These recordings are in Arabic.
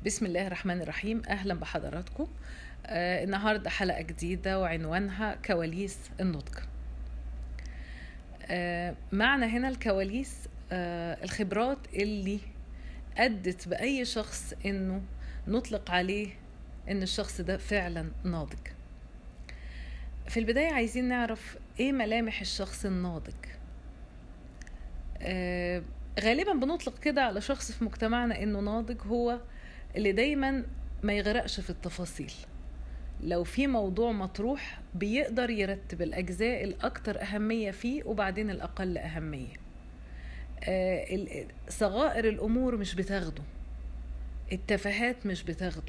بسم الله الرحمن الرحيم. أهلا بحضراتكم. النهاردة حلقة جديدة وعنوانها كواليس النضج. معنى هنا الكواليس الخبرات اللي أدت بأي شخص إنه نطلق عليه إن الشخص ده فعلا ناضج. في البداية عايزين نعرف إيه ملامح الشخص الناضج. غالبا بنطلق كده على شخص في مجتمعنا إنه ناضج هو اللي دايما ما يغرقش في التفاصيل. لو في موضوع مطروح بيقدر يرتب الأجزاء الأكثر أهمية فيه وبعدين الأقل أهمية. صغائر الأمور مش بتاخده، التفاهات مش بتاخده.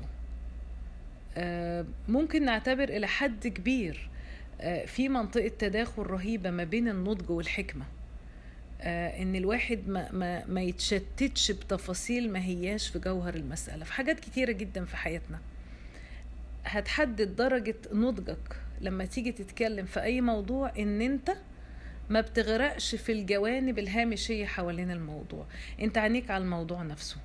ممكن نعتبر إلى حد كبير في منطقة تداخل رهيبة ما بين النضج والحكمة. ان الواحد ما يتشتتش بتفاصيل ما هياش في جوهر المسألة. في حاجات كتيرة جدا في حياتنا هتحدد درجة نضجك لما تيجي تتكلم في اي موضوع، ان انت ما بتغرقش في الجوانب الهامشية حوالين الموضوع، انت عينيك على الموضوع نفسه.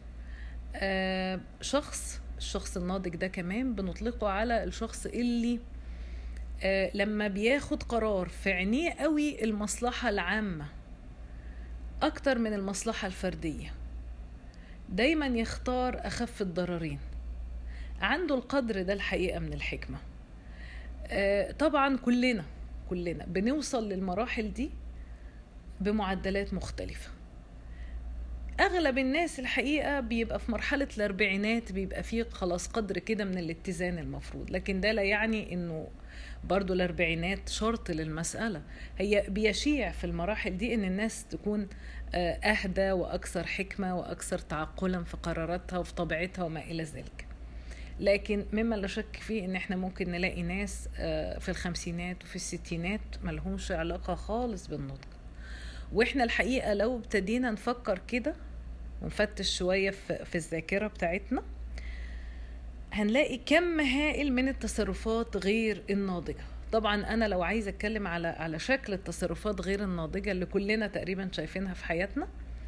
الشخص الناضج ده كمان بنطلقه على الشخص اللي لما بياخد قرار في عينيه قوي المصلحة العامة أكتر من المصلحة الفردية، دايما يختار أخف الضررين. عنده القدر ده الحقيقة من الحكمة. طبعا كلنا بنوصل للمراحل دي بمعدلات مختلفة. أغلب الناس الحقيقة بيبقى في مرحلة الأربعينات بيبقى فيه خلاص قدر كده من الاتزان المفروض، لكن ده لا يعني إنه برضو الأربعينات شرط للمسألة. هي بيشيع في المراحل دي إن الناس تكون أهدى وأكثر حكمة وأكثر تعقلا في قراراتها وفي طبيعتها وما إلى ذلك. لكن مما لا شك فيه إن إحنا ممكن نلاقي ناس في الخمسينات وفي الستينات ملهمش علاقة خالص بالنضج. وإحنا الحقيقة لو ابتدينا نفكر كده ونفتش شوية في الذاكرة بتاعتنا هنلاقي كم هائل من التصرفات غير الناضجة. طبعا أنا لو عايزة أتكلم على شكل التصرفات غير الناضجة اللي كلنا تقريبا شايفينها في حياتنا،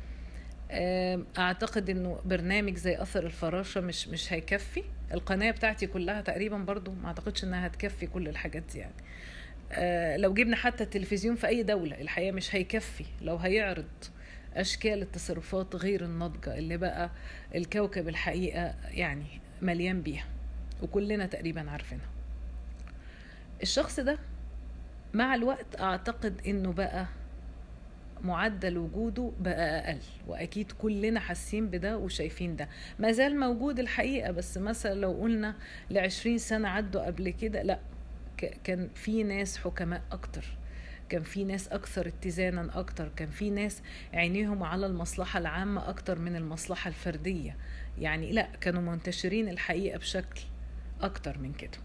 أعتقد أنه برنامج زي أثر الفراشة مش هيكفي. القناة بتاعتي كلها تقريبا برضو ما أعتقدش أنها هتكفي كل الحاجات دي يعني. لو جبنا حتى التلفزيون في أي دولة الحقيقة مش هيكفي لو هيعرض أشكال التصرفات غير الناضجة اللي بقى الكوكب الحقيقة يعني مليان بيها وكلنا تقريبا عارفينها. الشخص ده مع الوقت أعتقد إنه بقى معدل وجوده بقى أقل، وأكيد كلنا حاسين بده وشايفين ده. ما زال موجود الحقيقة، بس مثلا لو قلنا ل20 سنة عدوا قبل كده لا، كان في ناس حكماء أكتر، كان في ناس أكثر اتزانا أكتر، كان في ناس عينيهم على المصلحة العامة أكتر من المصلحة الفردية. يعني لا، كانوا منتشرين الحقيقة بشكل أكتر من كده.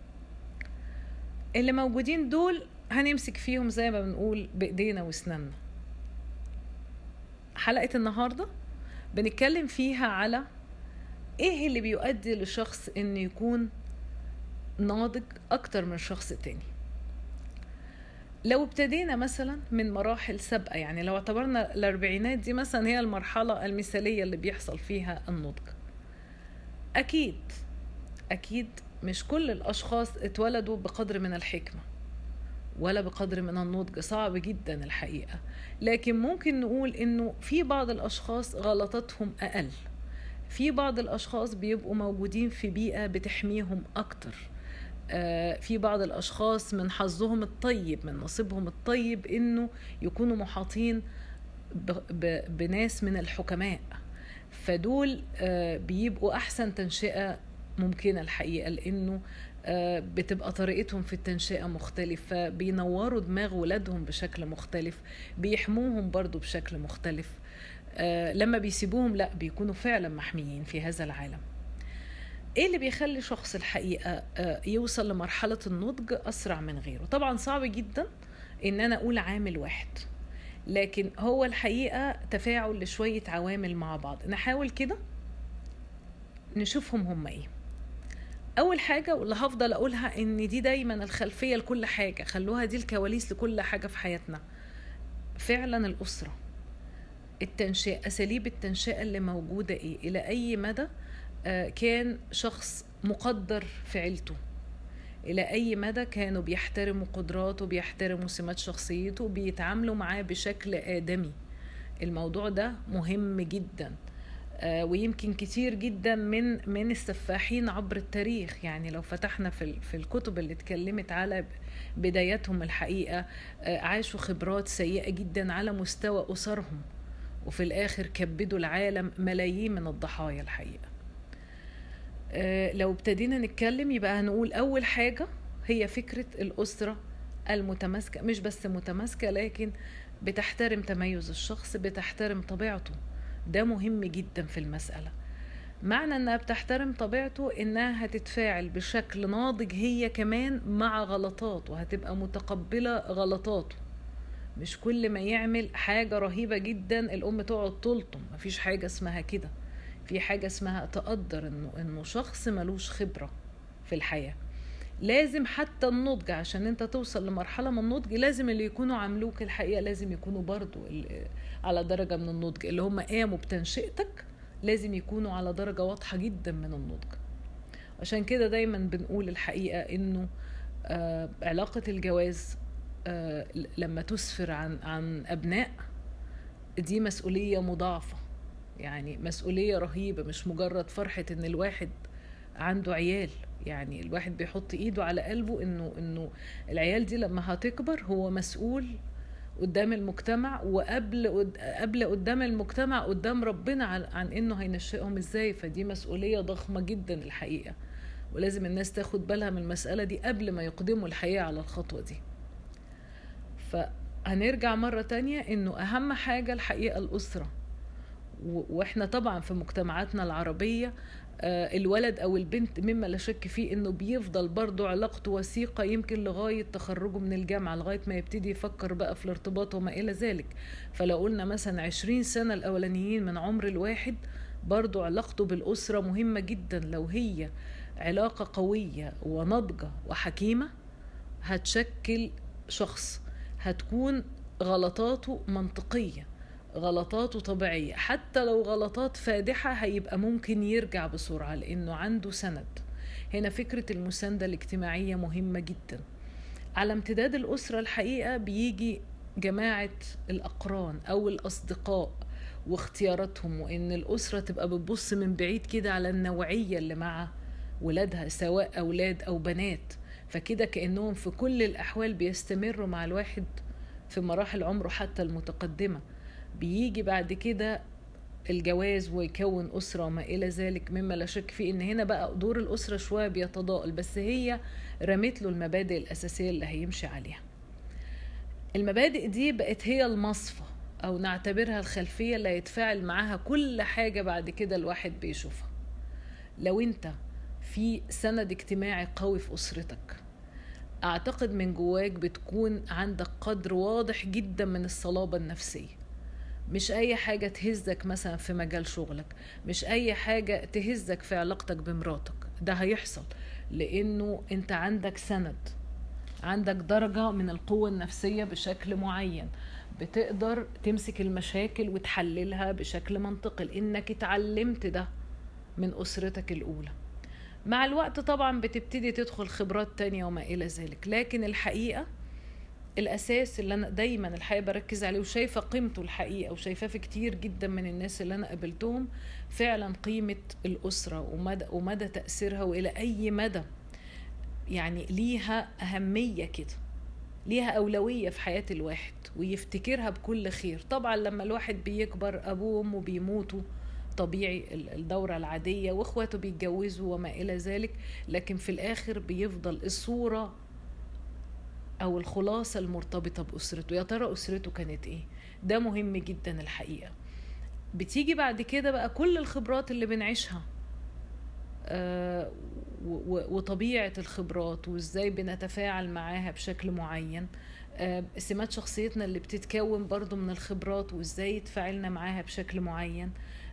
اللي موجودين دول هنمسك فيهم زي ما بنقول بإيدينا وسننا. حلقة النهاردة بنتكلم فيها على إيه اللي بيؤدي لشخص إنه يكون ناضج أكتر من شخص تاني. لو ابتدينا مثلا من مراحل سابقة، يعني لو اعتبرنا الأربعينات دي مثلا هي المرحلة المثالية اللي بيحصل فيها النضج، أكيد مش كل الأشخاص اتولدوا بقدر من الحكمة ولا بقدر من النضج، صعب جدا الحقيقة. لكن ممكن نقول إنه في بعض الأشخاص غلطاتهم أقل، في بعض الأشخاص بيبقوا موجودين في بيئة بتحميهم أكتر، في بعض الأشخاص من حظهم الطيب، من نصيبهم الطيب إنه يكونوا محاطين بناس من الحكماء، فدول بيبقوا أحسن تنشئة ممكنة الحقيقة، لأنه بتبقى طريقتهم في التنشئة مختلفة، بينوروا دماغ ولادهم بشكل مختلف، بيحموهم برضو بشكل مختلف. لما بيسيبوهم لا، بيكونوا فعلا محميين في هذا العالم. ايه اللي بيخلي شخص الحقيقة يوصل لمرحلة النضج أسرع من غيره؟ طبعا صعب جدا ان انا اقول عامل واحد، لكن هو الحقيقة تفاعل لشوية عوامل مع بعض. نحاول كده نشوفهم هم ايه. اول حاجة واللي هفضل اقولها ان دي دايما الخلفية لكل حاجة، خلوها دي الكواليس لكل حاجة في حياتنا، فعلا الأسرة، التنشئة، أساليب التنشئة اللي موجودة ايه، الى اي مدى كان شخص مقدر في عيلته، إلى أي مدى كانوا بيحترموا قدراته، بيحترموا سمات شخصيته، بيتعاملوا معاه بشكل آدمي. الموضوع ده مهم جدا، ويمكن كتير جدا من السفاحين عبر التاريخ، يعني لو فتحنا في الكتب اللي اتكلمت على بداياتهم الحقيقة عاشوا خبرات سيئة جدا على مستوى أسرهم، وفي الآخر كبدوا العالم ملايين من الضحايا الحقيقة. لو ابتدينا نتكلم يبقى هنقول أول حاجة هي فكرة الأسرة المتماسكة، مش بس متماسكة لكن بتحترم تميز الشخص، بتحترم طبيعته. ده مهم جدا في المسألة. معنى انها بتحترم طبيعته انها هتتفاعل بشكل ناضج هي كمان مع غلطات، وهتبقى متقبلة غلطاته. مش كل ما يعمل حاجة رهيبة جدا الأم تقعد تلطم، مفيش حاجة اسمها كده. في حاجة اسمها تقدر انه شخص ملوش خبرة في الحياة. لازم حتى النضج، عشان انت توصل لمرحلة من النضج لازم اللي يكونوا عملوك الحقيقة لازم يكونوا برضو على درجة من النضج. اللي هم قاموا بتنشئتك لازم يكونوا على درجة واضحة جدا من النضج. عشان كده دايما بنقول الحقيقة انه علاقة الجواز لما تسفر عن أبناء دي مسؤولية مضاعفة، يعني مسؤولية رهيبة، مش مجرد فرحة ان الواحد عنده عيال. يعني الواحد بيحط ايده على قلبه انه العيال دي لما هتكبر هو مسؤول قدام المجتمع، وقبل قدام المجتمع قدام ربنا عن انه هينشئهم ازاي. فدي مسؤولية ضخمة جدا الحقيقة، ولازم الناس تاخد بالها من المسألة دي قبل ما يقدموا الحياة على الخطوة دي. فهنرجع مرة تانية انه اهم حاجة الحقيقة الأسرة. واحنا طبعا في مجتمعاتنا العربية الولد او البنت مما لا شك فيه انه بيفضل برضو علاقته وثيقة يمكن لغاية تخرجه من الجامعة، لغاية ما يبتدي يفكر بقى في الارتباط وما الى ذلك. فلو قلنا مثلا 20 سنة الاولانيين من عمر الواحد برضو علاقته بالاسرة مهمة جدا. لو هي علاقة قوية ونضجة وحكيمة هتشكل شخص، هتكون غلطاته منطقية، غلطاته طبيعية. حتى لو غلطات فادحة هيبقى ممكن يرجع بسرعة لأنه عنده سند. هنا فكرة المساندة الاجتماعية مهمة جدا. على امتداد الأسرة الحقيقة بيجي جماعة الأقران أو الأصدقاء واختياراتهم، وإن الأسرة تبقى بتبص من بعيد كده على النوعية اللي مع ولادها سواء أولاد أو بنات. فكده كأنهم في كل الأحوال بيستمروا مع الواحد في مراحل عمره حتى المتقدمة. بيجي بعد كده الجواز ويكون أسرة وما إلى ذلك، مما لا شك فيه إن هنا بقى دور الأسرة شوية بيتضاءل، بس هي رمت له المبادئ الأساسية اللي هيمشي عليها. المبادئ دي بقت هي المصفى أو نعتبرها الخلفية اللي هيتفاعل معاها كل حاجة بعد كده الواحد بيشوفها. لو انت في سند اجتماعي قوي في أسرتك أعتقد من جواك بتكون عندك قدر واضح جدا من الصلابة النفسية. مش أي حاجة تهزك مثلا في مجال شغلك، مش أي حاجة تهزك في علاقتك بمراتك. ده هيحصل لأنه أنت عندك سند، عندك درجة من القوة النفسية بشكل معين، بتقدر تمسك المشاكل وتحللها بشكل منطقي لأنك اتعلمت ده من أسرتك الأولى. مع الوقت طبعا بتبتدي تدخل خبرات تانية وما إلى ذلك، لكن الحقيقة الأساس اللي أنا دايما الحقيقة بركز عليه وشايفة قيمته الحقيقة وشايفاه في كتير جدا من الناس اللي أنا قابلتهم فعلا قيمة الأسرة ومدى تأثيرها، وإلى أي مدى يعني ليها أهمية كده، ليها أولوية في حياة الواحد ويفتكرها بكل خير. طبعا لما الواحد بيكبر أبوه وأمه بيموتوا طبيعي، الدورة العادية، واخواته بيتجوزوا وما إلى ذلك، لكن في الآخر بيفضل الصورة أو الخلاصة المرتبطة بأسرته. يا ترى أسرته كانت إيه؟ ده مهم جدا الحقيقة. بتيجي بعد كده بقى كل الخبرات اللي بنعيشها وطبيعة الخبرات وإزاي بنتفاعل معاها بشكل معين، سمات شخصيتنا اللي بتتكون برضو من الخبرات وإزاي تفاعلنا معاها بشكل معين،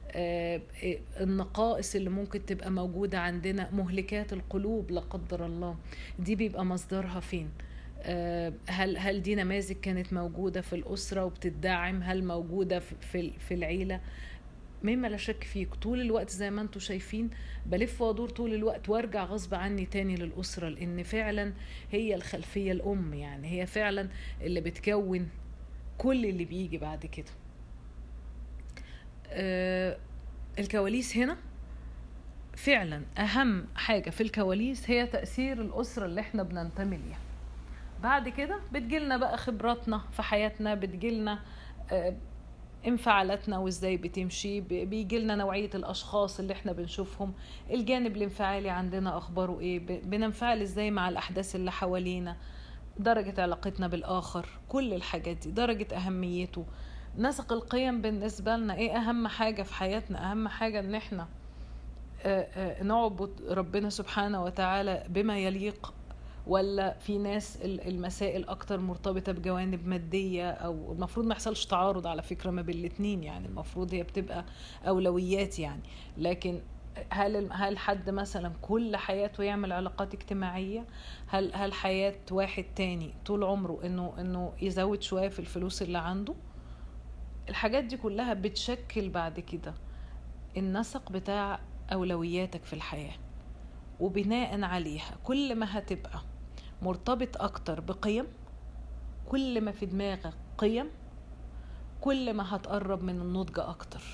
النقائص اللي ممكن تبقى موجودة عندنا، مهلكات القلوب لا قدر الله، دي بيبقى مصدرها فين؟ هل دي نماذج كانت موجودة في الأسرة وبتدعم؟ هل موجودة في العيلة؟ مما لا شك فيه طول الوقت زي ما انتم شايفين بلف وادور طول الوقت وارجع غصب عني تاني للأسرة، لأن فعلا هي الخلفية الأم، يعني هي فعلا اللي بتكون كل اللي بيجي بعد كده. الكواليس هنا فعلا أهم حاجة في الكواليس هي تأثير الأسرة اللي احنا بننتمي ليها. بعد كده بتجيلنا بقى خبراتنا في حياتنا، بتجيلنا انفعالاتنا وازاي بتمشي، بيجيلنا نوعية الاشخاص اللي احنا بنشوفهم، الجانب الانفعالي عندنا اخباره ايه، بننفعل ازاي مع الاحداث اللي حوالينا، درجة علاقتنا بالاخر، كل الحاجات دي، درجة اهميته، نسق القيم بالنسبة لنا ايه اهم حاجة في حياتنا. اهم حاجة ان احنا نعبد ربنا سبحانه وتعالى بما يليق، ولا في ناس المسائل اكتر مرتبطة بجوانب مادية، او المفروض ما يحصلش تعارض على فكرة ما بين الاتنين، يعني المفروض هي بتبقى اولويات يعني. لكن هل حد مثلا كل حياته يعمل علاقات اجتماعية؟ هل حياة واحد تاني طول عمره انه يزود شوية في الفلوس اللي عنده؟ الحاجات دي كلها بتشكل بعد كده النسق بتاع اولوياتك في الحياة، وبناء عليها كل ما هتبقى مرتبط اكتر بقيم، كل ما في دماغك قيم، كل ما هتقرب من النضج اكتر.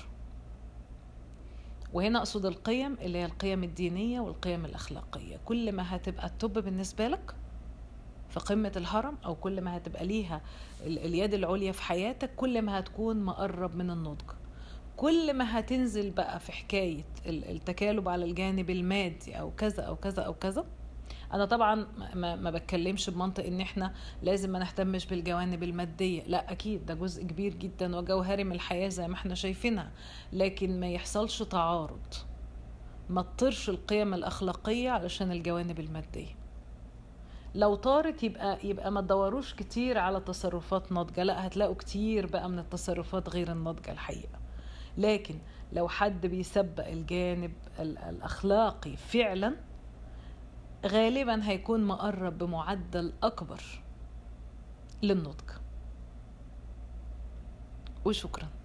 وهنا اقصد القيم اللي هي القيم الدينية والقيم الاخلاقية. كل ما هتبقى التوب بالنسبة لك في قمة الهرم، او كل ما هتبقى ليها اليد العليا في حياتك، كل ما هتكون مقرب من النضج. كل ما هتنزل بقى في حكاية التكالب على الجانب المادي او كذا او كذا او كذا، انا طبعا ما بتكلمش بمنطق ان احنا لازم ما نهتمش بالجوانب المادية، لا اكيد ده جزء كبير جدا وجوهري من الحياة زي ما احنا شايفينها، لكن ما يحصلش تعارض، ما تطرش القيم الاخلاقية علشان الجوانب المادية. لو طارت يبقى ما تدوروش كتير على تصرفات ناضجة، لا هتلاقوا كتير بقى من التصرفات غير الناضجة الحقيقة. لكن لو حد بيسبق الجانب الاخلاقي فعلا، غالبا هيكون مقرب بمعدل اكبر للنضج. وشكرا.